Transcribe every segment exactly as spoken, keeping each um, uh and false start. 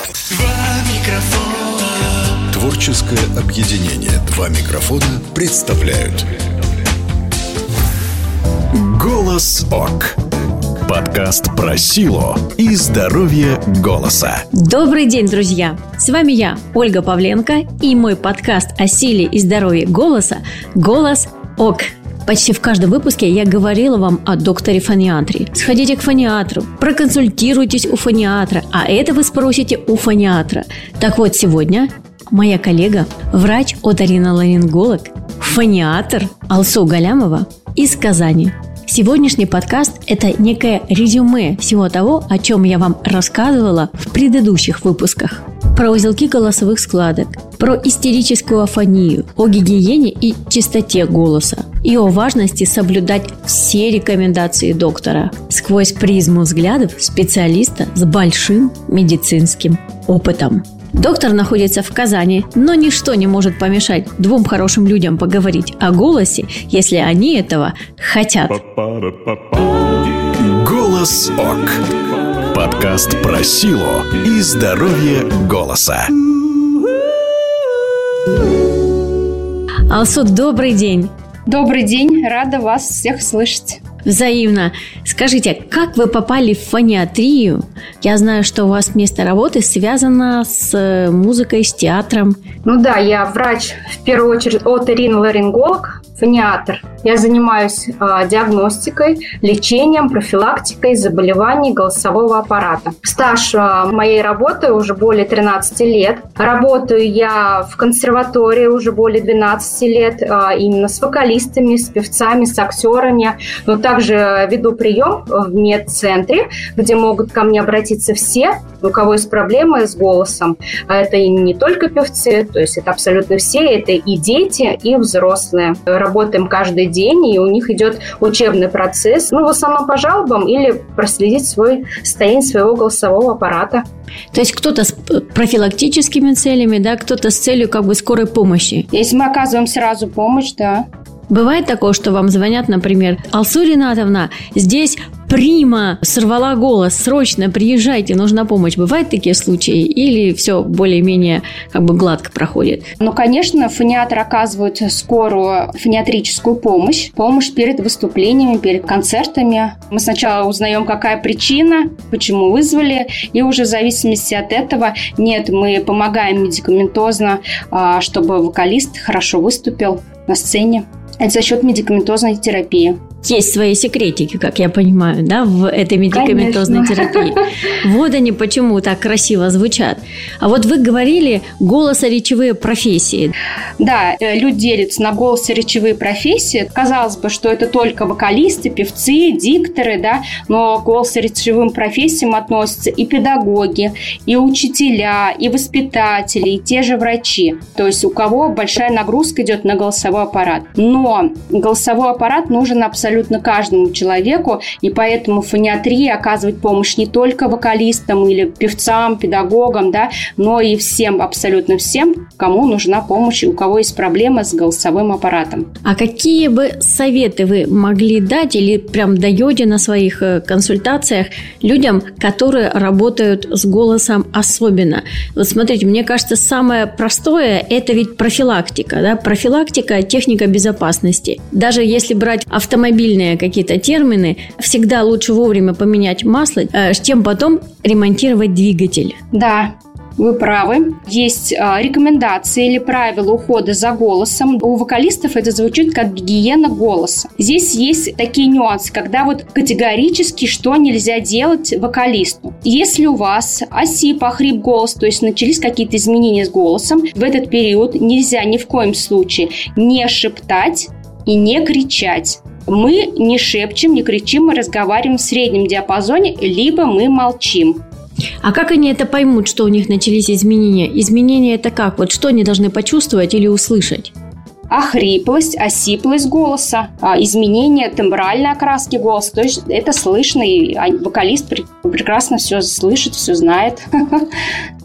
Два микрофона. Творческое объединение «Два микрофона» представляют «Голос ОК». Подкаст про силу и здоровье голоса. Добрый день, друзья! С вами я, Ольга Павленко, и мой подкаст о силе и здоровье голоса «Голос ОК». Почти в каждом выпуске я говорила вам о докторе фониатре. Сходите к фониатру, проконсультируйтесь у фониатра, а это вы спросите у фониатра. Так вот, сегодня моя коллега, врач-оториноларинголог, фониатр Алсу Галямова из Казани. Сегодняшний подкаст – это некое резюме всего того, о чем я вам рассказывала в предыдущих выпусках. Про узелки голосовых складок, про истерическую афонию, о гигиене и чистоте голоса и о важности соблюдать все рекомендации доктора сквозь призму взглядов специалиста с большим медицинским опытом. Доктор находится в Казани, но ничто не может помешать двум хорошим людям поговорить о голосе, если они этого хотят. «Голос ОК». Подкаст про силу и здоровье голоса. Алсу, добрый день. Добрый день, рада вас всех слышать. Взаимно. Скажите, как вы попали в фониатрию? Я знаю, что у вас место работы связано с музыкой, с театром. Ну да, я врач, в первую очередь, оториноларинголог, фониатр. Я занимаюсь э, диагностикой, лечением, профилактикой заболеваний голосового аппарата. Стаж э, моей работы уже более тринадцать лет. Работаю я в консерватории уже более двенадцать лет, э, именно с вокалистами, с певцами, с актерами. Но также веду прием в медцентре, где могут ко мне обратиться все, у кого есть проблемы с голосом. Это и не только певцы, то есть это абсолютно все, это и дети, и взрослые. Работаем каждый день, и у них идет учебный процесс, ну, в основном по жалобам или проследить свой состояние своего голосового аппарата. То есть кто-то с профилактическими целями, да, кто-то с целью как бы скорой помощи. Если мы оказываем сразу помощь, да. Бывает такое, что вам звонят, например: Алсу Ринатовна, здесь прима сорвала голос, срочно приезжайте, нужна помощь. Бывают такие случаи или все более-менее как бы гладко проходит? Ну, конечно, фониатр оказывает скорую фониатрическую помощь, помощь перед выступлениями, перед концертами. Мы сначала узнаем, какая причина, почему вызвали, и уже в зависимости от этого, нет, мы помогаем медикаментозно, чтобы вокалист хорошо выступил на сцене. Это за счет медикаментозной терапии. Есть свои секретики, как я понимаю, да, в этой медикаментозной Конечно. терапии. Вот они почему так красиво звучат. А вот вы говорили голосоречевые профессии. Да, люди делятся на голосоречевые профессии. Казалось бы, что это только вокалисты, певцы, дикторы, да, но к голосоречевым профессиям относятся и педагоги, и учителя, и воспитатели, и те же врачи. То есть у кого большая нагрузка идет на голосовой аппарат. Но голосовой аппарат нужен абсолютно абсолютно каждому человеку, и поэтому фониатрия оказывает помощь не только вокалистам или певцам, педагогам, да, но и всем, абсолютно всем, кому нужна помощь и у кого есть проблемы с голосовым аппаратом. А какие бы советы вы могли дать или прям даете на своих консультациях людям, которые работают с голосом особенно? Вот смотрите, мне кажется, самое простое – это ведь профилактика, да, профилактика, техника безопасности. Даже если брать автомобиль, какие-то термины, всегда лучше вовремя поменять масло, чем потом ремонтировать двигатель. Да, вы правы. Есть а, рекомендации или правила ухода за голосом. У вокалистов это звучит как гигиена голоса. Здесь есть такие нюансы, когда вот категорически что нельзя делать вокалисту. Если у вас осип, охрип голос, то есть начались какие-то изменения с голосом, в этот период нельзя ни в коем случае не шептать и не кричать. Мы не шепчем, не кричим, мы разговариваем в среднем диапазоне, либо мы молчим. А как они это поймут, что у них начались изменения? Изменения это как? Вот что они должны почувствовать или услышать? Охриплость, осиплость голоса, изменение тембральной окраски голоса. То есть это слышно, и вокалист прекрасно все слышит, все знает.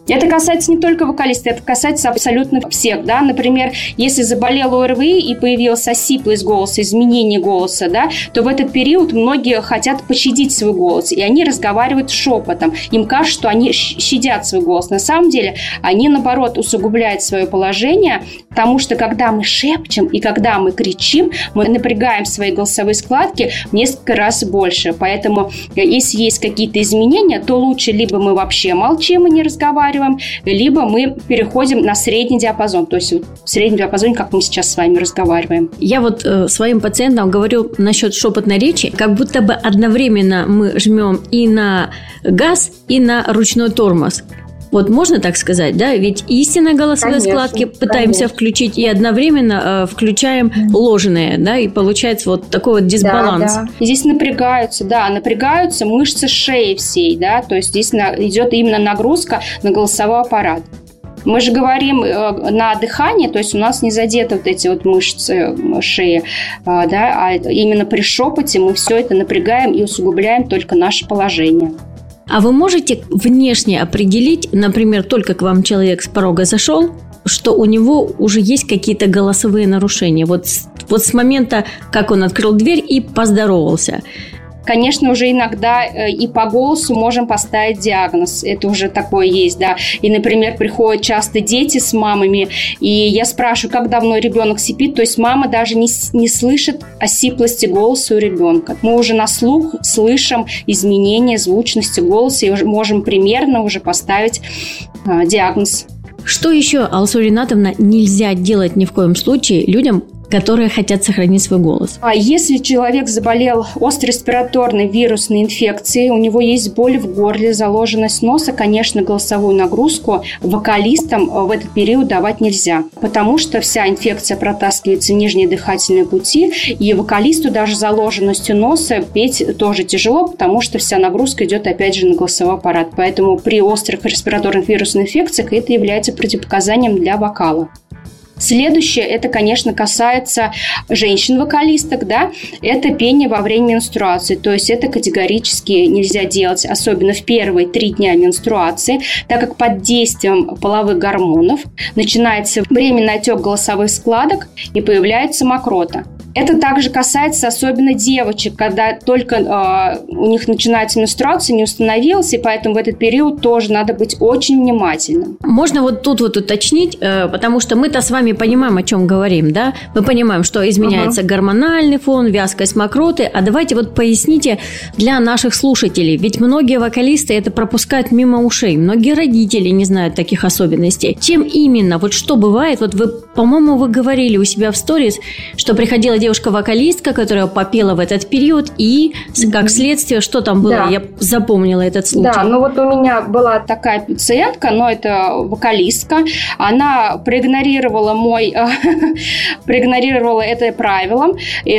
Это касается не только вокалистов, это касается абсолютно всех, да. Например, если заболел ОРВИ и появилась осиплость голоса, изменение голоса, да, то в этот период многие хотят пощадить свой голос, и они разговаривают шепотом. Им кажется, что они щадят свой голос. На самом деле, они, наоборот, усугубляют свое положение, потому что, когда мы шепчем и когда мы кричим, мы напрягаем свои голосовые складки в несколько раз больше. Поэтому, если есть какие-то изменения, то лучше либо мы вообще молчим и не разговариваем, либо мы переходим на средний диапазон, то есть в среднем диапазоне, как мы сейчас с вами разговариваем. Я вот э, своим пациентам говорю насчет шепотной речи, как будто бы одновременно мы жмем и на газ, и на ручной тормоз. Вот можно так сказать, да? Ведь истинные голосовые конечно, складки пытаемся конечно. включить и одновременно э, включаем ложные, да, и получается вот такой вот дисбаланс. Да, да. Здесь напрягаются, да, напрягаются мышцы шеи всей, да, то есть здесь на, идет именно нагрузка на голосовой аппарат. Мы же говорим э, на дыхании, то есть у нас не задеты вот эти вот мышцы шеи, э, да, а именно при шепоте мы все это напрягаем и усугубляем только наше положение. А вы можете внешне определить, например, только к вам человек с порога зашел, что у него уже есть какие-то голосовые нарушения? Вот, вот с момента, как он открыл дверь и поздоровался. Конечно, уже иногда и по голосу можем поставить диагноз. Это уже такое есть, да. И, например, приходят часто дети с мамами, и я спрашиваю, как давно ребенок сипит. То есть мама даже не, не слышит о сиплости голоса у ребенка. Мы уже на слух слышим изменения звучности голоса и уже можем примерно уже поставить а, диагноз. Что еще, Алсу Ринатовна, нельзя делать ни в коем случае людям, которые хотят сохранить свой голос? А если человек заболел острой респираторной вирусной инфекцией, у него есть боль в горле, заложенность носа, конечно, голосовую нагрузку вокалистам в этот период давать нельзя, потому что вся инфекция протаскивается в нижние дыхательные пути, и вокалисту даже заложенностью носа петь тоже тяжело, потому что вся нагрузка идет опять же на голосовой аппарат. Поэтому при острых респираторных вирусных инфекциях это является противопоказанием для вокала. Следующее, это, конечно, касается женщин-вокалисток, да, это пение во время менструации, то есть это категорически нельзя делать, особенно в первые три дня менструации, так как под действием половых гормонов начинается временный отек голосовых складок и появляется мокрота. Это также касается особенно девочек, когда только э, у них начинается менструация, не установилась, и поэтому в этот период тоже надо быть очень внимательным. Можно вот тут вот уточнить, э, потому что мы-то с вами понимаем, о чем говорим, да? Мы понимаем, что изменяется uh-huh. гормональный фон, вязкость мокроты, а давайте вот поясните для наших слушателей, ведь многие вокалисты это пропускают мимо ушей, многие родители не знают таких особенностей. Чем именно, вот что бывает, вот вы, по-моему, вы говорили у себя в сторис, что приходила девушка-вокалистка, которая попела в этот период, и как следствие, что там было? Да. Я запомнила этот случай. Да, ну вот у меня была такая пациентка, но это вокалистка, она проигнорировала мой, проигнорировала это правило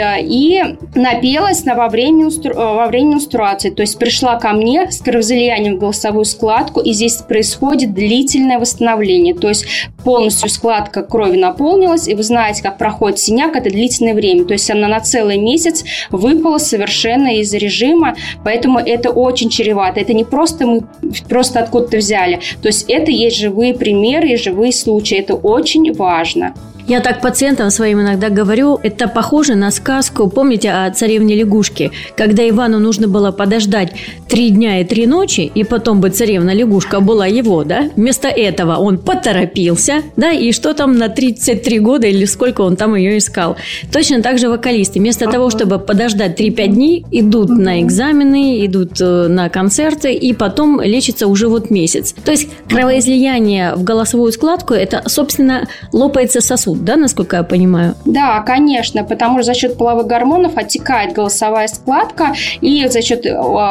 и напелась на во время, во время менструации, то есть пришла ко мне с кровоизлиянием в голосовую складку, и здесь происходит длительное восстановление, то есть полностью складка крови наполнилась, и вы знаете, как проходит синяк, это длительное время. То есть она на целый месяц выпала совершенно из режима, поэтому это очень чревато. Это не просто мы просто откуда-то взяли. То есть это есть живые примеры и живые случаи. Это очень важно. Я так пациентам своим иногда говорю, это похоже на сказку, помните, о царевне лягушке, когда Ивану нужно было подождать три дня и три ночи, и потом бы царевна-лягушка была его, да? Вместо этого он поторопился, да, и что там на тридцать три года или сколько он там ее искал. Точно так же вокалисты, вместо того, чтобы подождать три-пять дней, идут на экзамены, идут на концерты, и потом лечатся уже вот месяц. То есть кровоизлияние в голосовую складку, это, собственно, лопается сосуд. Да, насколько я понимаю? Да, конечно, потому что за счет половых гормонов оттекает голосовая складка, и за счет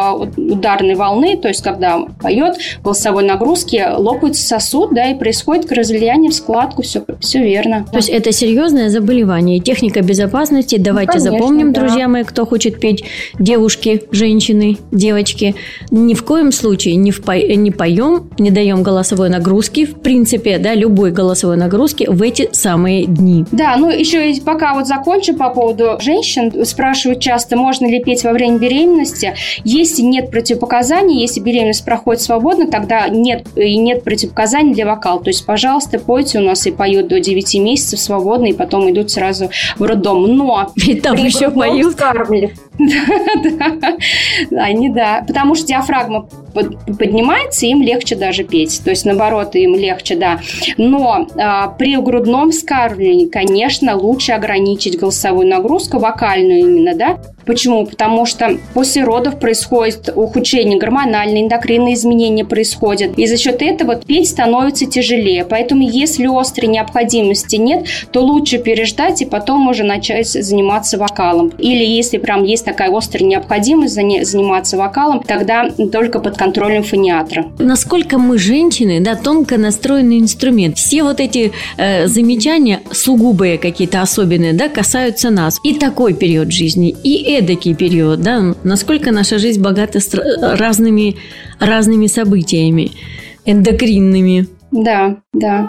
ударной волны, то есть когда поет, голосовой нагрузки, лопается сосуд, да, и происходит кровоизлияние в складку, все, все верно. То есть это серьезное заболевание, техника безопасности, давайте ну, конечно, запомним, да. Друзья мои, кто хочет петь, девушки, женщины, девочки, ни в коем случае не, впо... не поем, не даем голосовой нагрузки, в принципе, да, любой голосовой нагрузки в эти самые самые дни. Да, ну еще пока вот закончу по поводу женщин. Спрашивают часто, можно ли петь во время беременности. Если нет противопоказаний, если беременность проходит свободно, тогда нет и нет противопоказаний для вокала. То есть, пожалуйста, пойте, у нас и поют до девяти месяцев свободно, и потом идут сразу в роддом. Но и там еще поют. Да, они да. Потому что диафрагма поднимается, им легче даже петь. То есть, наоборот, им легче, да. Но а, при грудном вскармливании, конечно, лучше ограничить голосовую нагрузку, вокальную именно, да. Почему? Потому что после родов происходит ухудшение, гормональные, эндокринные изменения происходят. И за счет этого петь становится тяжелее. Поэтому, если острой необходимости нет, то лучше переждать и потом уже начать заниматься вокалом. Или если прям есть такая острая необходимость заниматься вокалом, тогда только под контролем фониатра. Насколько мы, женщины, да, тонко настроенный инструмент. Все вот эти э, замечания, сугубые какие-то особенные, да, касаются нас. И такой период жизни, и эдакий период, да, насколько наша жизнь богата разными, разными событиями эндокринными. Да, да.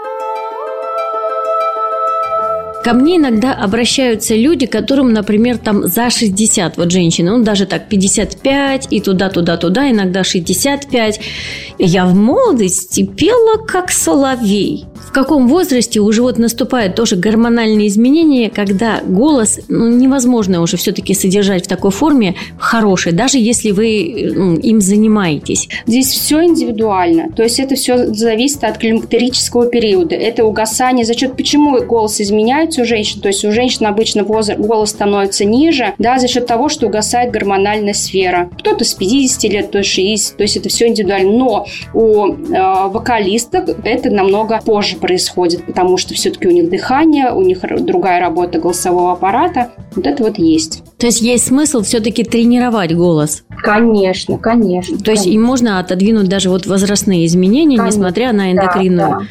Ко мне иногда обращаются люди, которым, например, там за шестьдесят, вот женщины, ну, даже так, пятьдесят пять, и туда-туда-туда, иногда шестьдесят пять. Я в молодости пела как соловей. В каком возрасте уже вот наступают тоже гормональные изменения, когда голос, ну, невозможно уже все-таки содержать в такой форме хорошей, даже если вы, ну, им занимаетесь? Здесь все индивидуально. То есть это все зависит от климактерического периода. Это угасание. За счет почему голос изменяется у женщин? То есть у женщин обычно возраст, голос становится ниже, да, за счет того, что угасает гормональная сфера. Кто-то с пятидесяти лет, кто-то с шестидесяти. То есть это все индивидуально. Но у э, вокалисток это намного позже происходит, потому что все-таки у них дыхание, у них другая работа голосового аппарата. Вот это вот есть. То есть есть смысл все-таки тренировать голос? Конечно, конечно. То есть конечно. им можно отодвинуть даже вот возрастные изменения, конечно, несмотря на эндокринную. Да, да.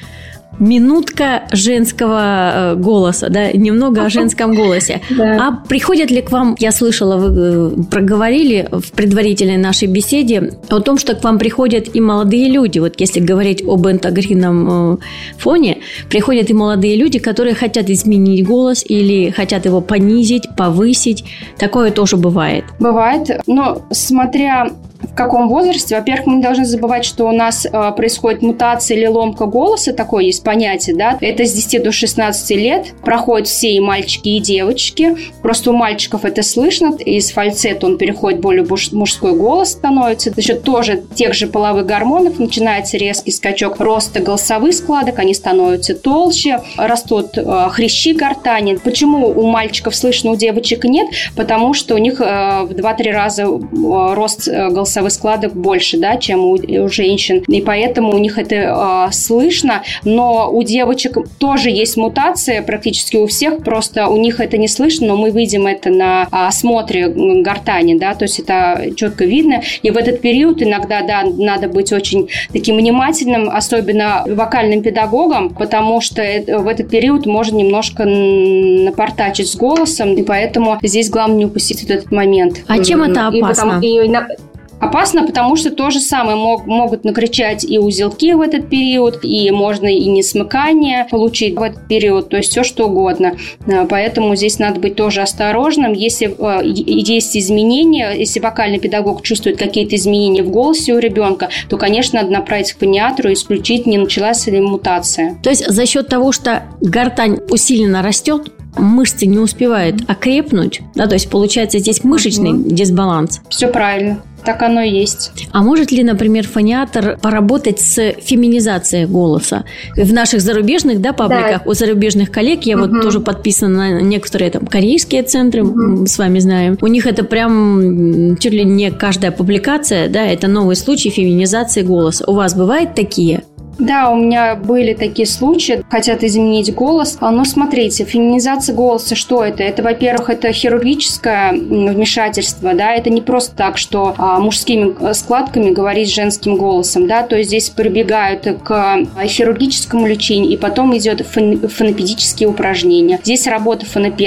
Минутка женского голоса, да, немного о женском голосе. Да. А приходят ли к вам, я слышала, вы проговорили в предварительной нашей беседе о том, что к вам приходят и молодые люди. Вот если говорить об эндокринном фоне, приходят и молодые люди, которые хотят изменить голос или хотят его понизить, повысить. Такое тоже бывает. Бывает, но смотря в каком возрасте. Во-первых, мы не должны забывать, что у нас э, происходит мутация или ломка голоса, такое есть понятие, да. Это с десяти до шестнадцати лет. Проходят все и мальчики, и девочки. Просто у мальчиков это слышно. Из фальцета он переходит в более мужской голос становится. За счет тоже тех же половых гормонов начинается резкий скачок роста голосовых складок. Они становятся толще. Растут э, хрящи гортани. Почему у мальчиков слышно, у девочек нет? Потому что у них э, в два-три раза э, рост э, голосовых складок больше, да, чем у, у женщин. И поэтому у них это э, слышно. Но у девочек тоже есть мутация практически у всех. Просто у них это не слышно, но мы видим это на осмотре гортани, да, то есть это четко видно. И в этот период иногда, да, надо быть очень таким внимательным, особенно вокальным педагогом, потому что это, в этот период можно немножко напортачить с голосом, и поэтому здесь главное не упустить этот момент. А чем это опасно? И потому, и, Опасно, потому что то же самое мог, могут накричать и узелки в этот период, и можно и несмыкание получить в этот период, то есть все что угодно. Поэтому здесь надо быть тоже осторожным. Если есть изменения, если вокальный педагог чувствует какие-то изменения в голосе у ребенка, то, конечно, надо направить к фониатру и исключить, не началась ли мутация. То есть за счет того, что гортань усиленно растет, мышцы не успевают окрепнуть, да, то есть получается здесь мышечный угу. дисбаланс. Все правильно. Так оно и есть. А может ли, например, фониатор поработать с феминизацией голоса? В наших зарубежных, да, пабликах, да. У зарубежных коллег, я угу. вот тоже подписана на некоторые там корейские центры, угу. с вами знаем. У них это прям чуть ли не каждая публикация, да, это новый случай феминизации голоса. У вас бывают такие? Да, у меня были такие случаи, хотят изменить голос. Но смотрите, феминизация голоса, что это? Это, во-первых, это хирургическое вмешательство, да, это не просто так, что а, мужскими складками говорить женским голосом, да, то есть здесь прибегают к хирургическому лечению, и потом идет фон- фонопедические упражнения. Здесь работа фонопеда.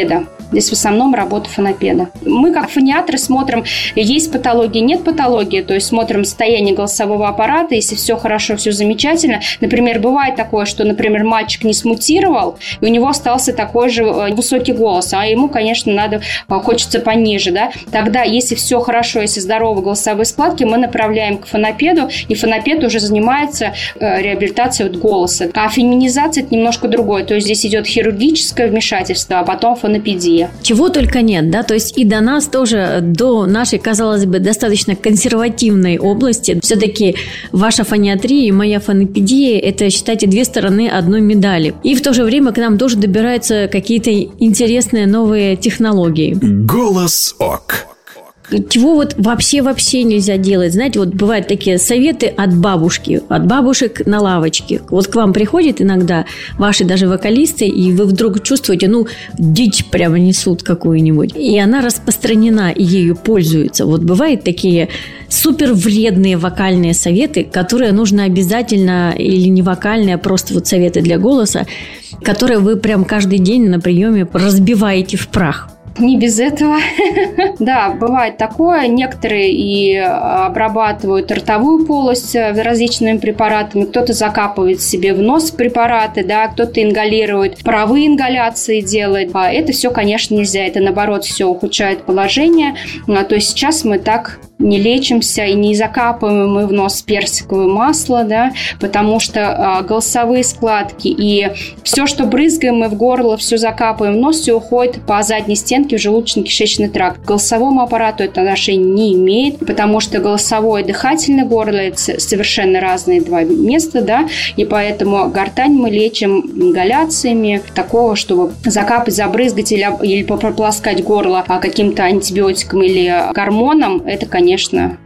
Здесь в основном работа фонопеда. Мы, как фониатры, смотрим, есть патология, нет патологии, то есть смотрим состояние голосового аппарата, если все хорошо, все замечательно. Например, бывает такое, что, например, мальчик не смутировал, и у него остался такой же высокий голос, а ему, конечно, надо, хочется пониже, да. Тогда, если все хорошо, если здоровы голосовые складки, мы направляем к фонопеду, и фонопед уже занимается реабилитацией вот голоса. А феминизация – это немножко другое, то есть здесь идет хирургическое вмешательство, а потом фонопедия. Чего только нет, да, то есть и до нас тоже, до нашей, казалось бы, достаточно консервативной области, все-таки ваша фониатрия и моя фонопедия – это, считайте, две стороны одной медали. И в то же время к нам тоже добираются какие-то интересные новые технологии. Голос ОК. Чего вот вообще-вообще нельзя делать? Знаете, вот бывают такие советы от бабушки, от бабушек на лавочке. Вот к вам приходят иногда ваши даже вокалисты, и вы вдруг чувствуете, ну, дичь прямо несут какую-нибудь. И она распространена, и ею пользуются. Вот бывают такие супер вредные вокальные советы, которые нужно обязательно, или не вокальные, а просто вот советы для голоса, которые вы прям каждый день на приеме разбиваете в прах. Не без этого. Да, бывает такое. Некоторые и обрабатывают ротовую полость различными препаратами. Кто-то закапывает себе в нос препараты, да, кто-то ингалирует, паровые ингаляции делает. А это все, конечно, нельзя. Это, наоборот, все ухудшает положение. То есть сейчас мы так не лечимся и не закапываем мы в нос персиковое масло, да, потому что голосовые складки и все, что брызгаем мы в горло, все закапываем в нос, все уходит по задней стенке в желудочно-кишечный тракт. К голосовому аппарату это отношение не имеет, потому что голосовое и дыхательное горло – это совершенно разные два места, да, и поэтому гортань мы лечим ингаляциями, такого, чтобы закапать, забрызгать или, или прополоскать горло каким-то антибиотиком или гормоном, это, конечно,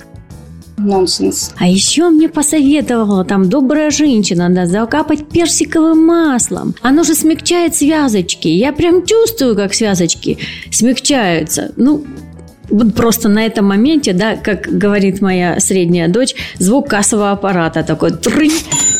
нонсенс. А еще мне посоветовала там добрая женщина, да, закапать персиковым маслом. Оно же смягчает связочки. Я прям чувствую, как связочки смягчаются. Ну, вот просто на этом моменте, да, как говорит моя средняя дочь, звук кассового аппарата такой трынь.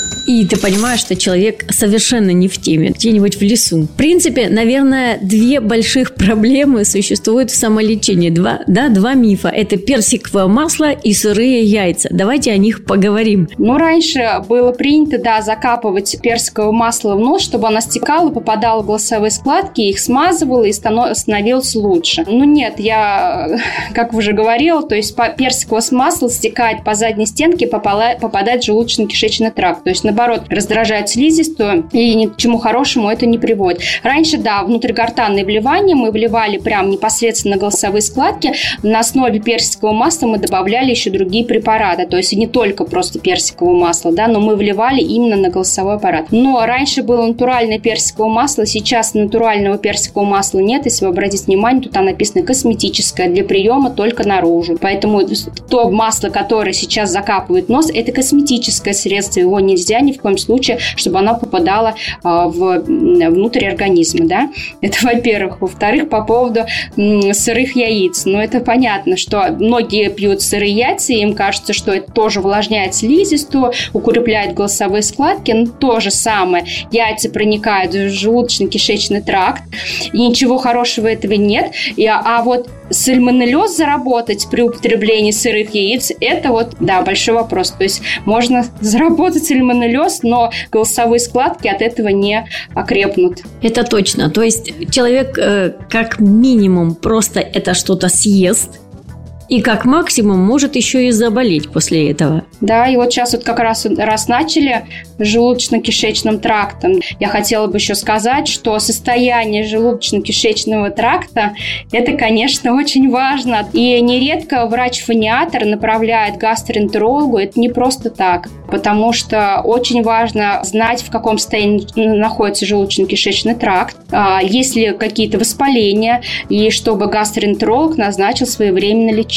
И ты понимаешь, что человек совершенно не в теме, где-нибудь в лесу. В принципе, наверное, две больших проблемы существуют в самолечении. Два, да, два мифа. Это персиковое масло и сырые яйца. Давайте о них поговорим. Ну, раньше было принято, да, закапывать персиковое масло в нос, чтобы оно стекало, попадало в голосовые складки, их смазывало и становилось лучше. Ну, нет, я, как уже говорила, то есть персиковое масло стекает по задней стенке, попадает в желудочно-кишечный тракт. То есть, наоборот, раздражает слизистую, и ни к чему хорошему это не приводит. Раньше, да, внутригортанные вливания мы вливали прям непосредственно на голосовые складки. На основе персикового масла мы добавляли еще другие препараты. То есть не только просто персиковое масло, да, но мы вливали именно на голосовой аппарат. Но раньше было натуральное персиковое масло, сейчас натурального персикового масла нет. Если вы обратите внимание, тут написано косметическое, для приема только наружу. Поэтому то масло, которое сейчас закапывает нос, это косметическое средство, его нельзя ни в коем случае, чтобы оно попадало а, в, внутрь организма, да. Это, во-первых. Во-вторых, по поводу м, сырых яиц. Ну, это понятно, что многие пьют сырые яйца, и им кажется, что это тоже увлажняет слизистую, укрепляет голосовые складки. Но то же самое. Яйца проникают в желудочно-кишечный тракт, и ничего хорошего этого нет. И, а вот сальмонеллез заработать при употреблении сырых яиц, это вот, да, большой вопрос. То есть можно заработать сальмонеллез, но голосовые складки от этого не окрепнут. Это точно. То есть человек э, как минимум просто это что-то съест, и как максимум может еще и заболеть после этого. Да, и вот сейчас вот как раз, раз начали желудочно-кишечным трактом, я хотела бы еще сказать, что состояние желудочно-кишечного тракта – это, конечно, очень важно. И нередко врач-фониатр направляет к гастроэнтерологу. Это не просто так, потому что очень важно знать, в каком состоянии находится желудочно-кишечный тракт, есть ли какие-то воспаления, и чтобы гастроэнтеролог назначил своевременное лечение.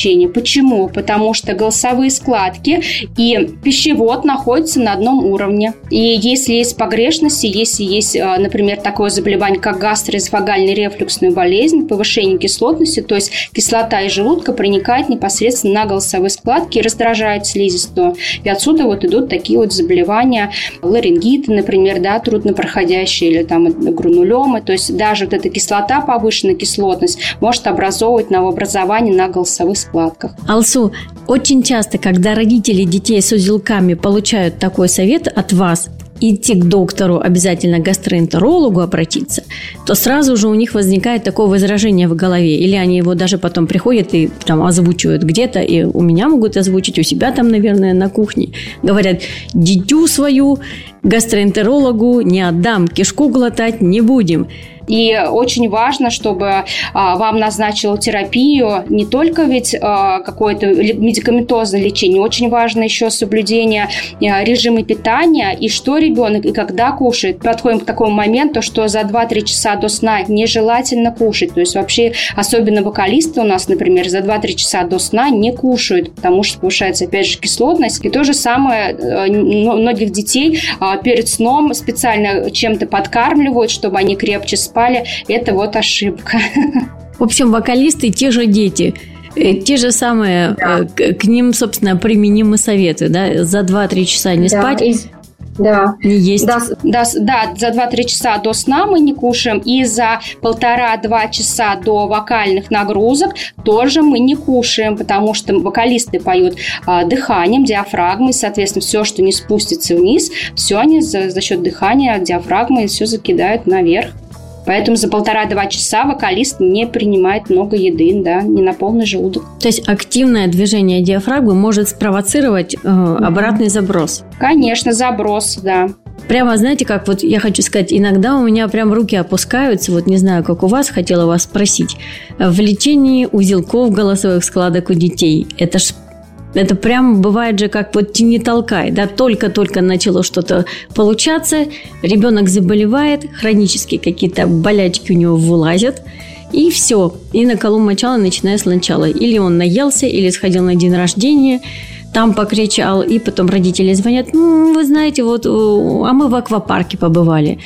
лечения. Почему? Потому что голосовые складки и пищевод находятся на одном уровне. И если есть погрешности, если есть, например, такое заболевание, как гастроэзофагальная рефлюксная болезнь, повышение кислотности, то есть кислота из желудка проникает непосредственно на голосовые складки и раздражает слизистую. И отсюда вот идут такие вот заболевания, ларингиты, например, да, труднопроходящие, или там гранулемы. То есть даже вот эта кислота, повышенная кислотность, может образовывать новообразование на голосовых складках. Алсу, очень часто, когда родители детей с узелками получают такой совет от вас, идти к доктору, обязательно гастроэнтерологу обратиться, то сразу же у них возникает такое возражение в голове. Или они его даже потом приходят и там озвучивают где-то, и у меня могут озвучить, у себя там, наверное, на кухне. Говорят, дитю свою гастроэнтерологу не отдам, кишку глотать не будем. И очень важно, чтобы а, вам назначила терапию не только ведь а, какое-то медикаментозное лечение, очень важно еще соблюдение а, режима питания и что ребенок и когда кушает. Подходим к такому моменту, что за два-три часа до сна нежелательно кушать. То есть вообще, особенно вокалисты у нас, например, за два-три часа до сна не кушают, потому что повышается, опять же, кислотность. И то же самое а, многих детей а, перед сном специально чем-то подкармливают, чтобы они крепче спали. Это вот ошибка. В общем, вокалисты те же дети, те же самые, да. к, к ним, собственно, применимы советы, да, за два-три часа не да, спать. И... Да. Не есть. Да, да, да, за два-три часа до сна мы не кушаем, и за полтора-два часа до вокальных нагрузок тоже мы не кушаем, потому что вокалисты поют а, дыханием, диафрагмой, соответственно, все, что не спустится вниз, все они за, за счет дыхания, диафрагмы все закидают наверх. Поэтому за полтора-два часа вокалист не принимает много еды, да, не на полный желудок. То есть активное движение диафрагмы может спровоцировать э, обратный заброс? Конечно, заброс, да. Прямо, знаете, как вот я хочу сказать, иногда у меня прям руки опускаются, вот не знаю, как у вас, хотела вас спросить. В лечении узелков голосовых складок у детей, это ж Это прям бывает же, как вот тяни толкай, да, только-только начало что-то получаться, ребенок заболевает, хронические какие-то болячки у него вылазят, и все, и на колу мочала, начиная с начала. Или он наелся, или сходил на день рождения, там покричал, и потом родители звонят, ну, вы знаете, вот, а мы в аквапарке побывали.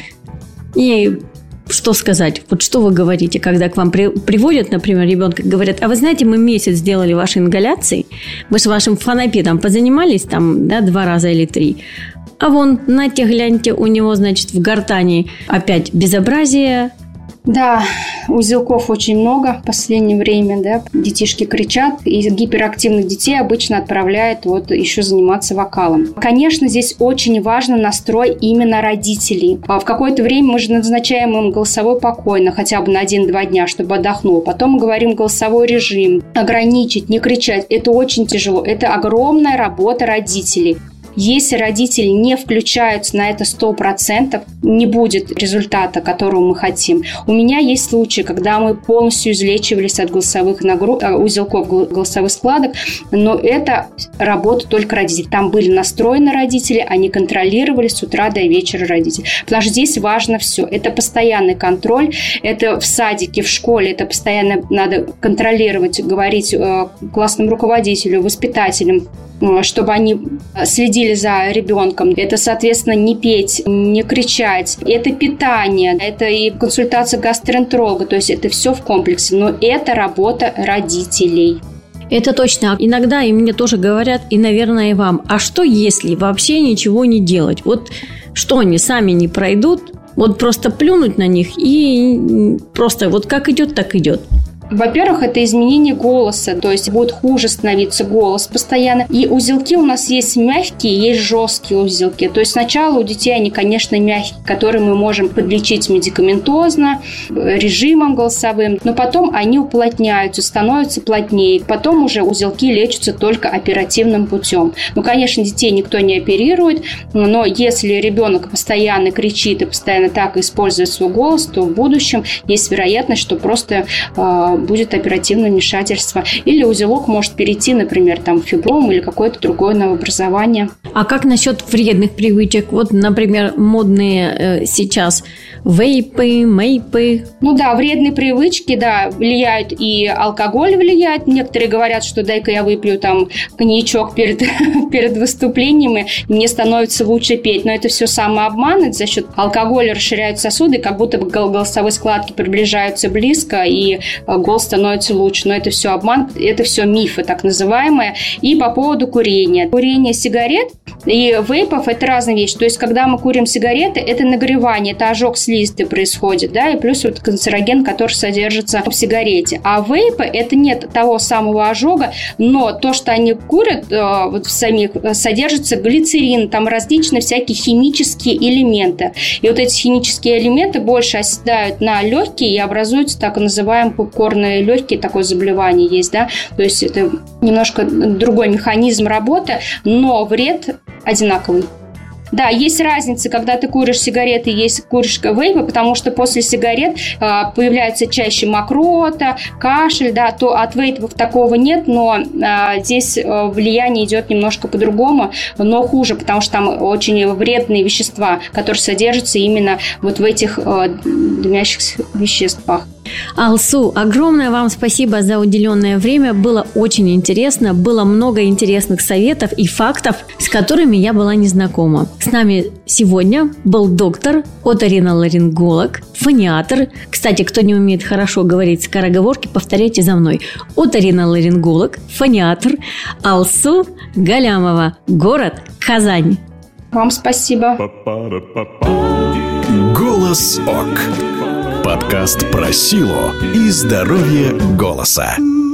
И что сказать? Вот что вы говорите, когда к вам при, приводят, например, ребенка, говорят, а вы знаете, мы месяц сделали ваши ингаляции, мы с вашим фонопедом позанимались там, да, два раза или три, а вон, нате, гляньте, у него, значит, в гортани опять безобразие. Да, узелков очень много в последнее время, да, детишки кричат, и гиперактивных детей обычно отправляют вот еще заниматься вокалом. Конечно, здесь очень важен настрой именно родителей. В какое-то время мы же назначаем им голосовой покой, на хотя бы на один-два дня, чтобы отдохнул. Потом мы говорим голосовой режим, ограничить, не кричать. Это очень тяжело, это огромная работа родителей. Если родители не включаются на это сто процентов, не будет результата, которого мы хотим. У меня есть случаи, когда мы полностью излечивались от голосовых нагруз... узелков голосовых складок, но это работа только родителей. Там были настроены родители, они контролировали с утра до вечера родителей. Потому что здесь важно все. Это постоянный контроль, это в садике, в школе, это постоянно надо контролировать, говорить классному руководителю, воспитателям, чтобы они следили за ребенком. Это, соответственно, не петь, не кричать. Это питание, это и консультация гастроэнтеролога. То есть это все в комплексе. Но это работа родителей. Это точно. Иногда и мне тоже говорят, и, наверное, и вам. А что, если вообще ничего не делать? Вот что, они сами не пройдут? Вот просто плюнуть на них и просто вот как идет, так идет. Во-первых, это изменение голоса, то есть будет хуже становиться голос постоянно. И узелки у нас есть мягкие, есть жесткие узелки. То есть сначала у детей они, конечно, мягкие, которые мы можем подлечить медикаментозно, режимом голосовым, но потом они уплотняются, становятся плотнее. Потом уже узелки лечатся только оперативным путем. Ну, конечно, детей никто не оперирует, но если ребенок постоянно кричит и постоянно так использует свой голос, то в будущем есть вероятность, что просто будет оперативное вмешательство. Или узелок может перейти, например, там, в фибром или какое-то другое новообразование. А как насчет вредных привычек? Вот, например, модные э, сейчас вейпы, мейпы. Ну да, вредные привычки, да, влияют, и алкоголь влияет. Некоторые говорят, что дай-ка я выпью там коньячок перед, перед выступлением, и мне становится лучше петь. Но это все самообман. Это за счет алкоголя расширяют сосуды, как будто бы голосовые складки приближаются близко, и голос становится лучше. Но это все обман, это все мифы, так называемые. И по поводу курения. Курение сигарет и вейпов – это разные вещи. То есть, когда мы курим сигареты, это нагревание, это ожог слизистой происходит, да, и плюс вот канцероген, который содержится в сигарете. А вейпы – это нет того самого ожога, но то, что они курят, вот в самих, содержится глицерин, там различные всякие химические элементы. И вот эти химические элементы больше оседают на легкие и образуются так называемые попкорные легкие, такое заболевание есть, да, то есть это немножко другой механизм работы, но вред одинаковый. Да, есть разница, когда ты куришь сигареты, есть куришь вейпы, потому что после сигарет э, появляется чаще мокрота, кашель, да, то от вейпов такого нет, но э, здесь э, влияние идет немножко по-другому, но хуже, потому что там очень вредные вещества, которые содержатся именно вот в этих э, дымящихся веществах. Алсу, огромное вам спасибо за уделенное время. Было очень интересно. Было много интересных советов и фактов, с которыми я была не знакома. С нами сегодня был доктор, оториноларинголог, фониатор. Кстати, кто не умеет хорошо говорить скороговорки, повторяйте за мной. Оториноларинголог, фониатор Алсу Галямова. Город Казань. Вам спасибо. Голос ОК. Подкаст про силу и здоровье голоса.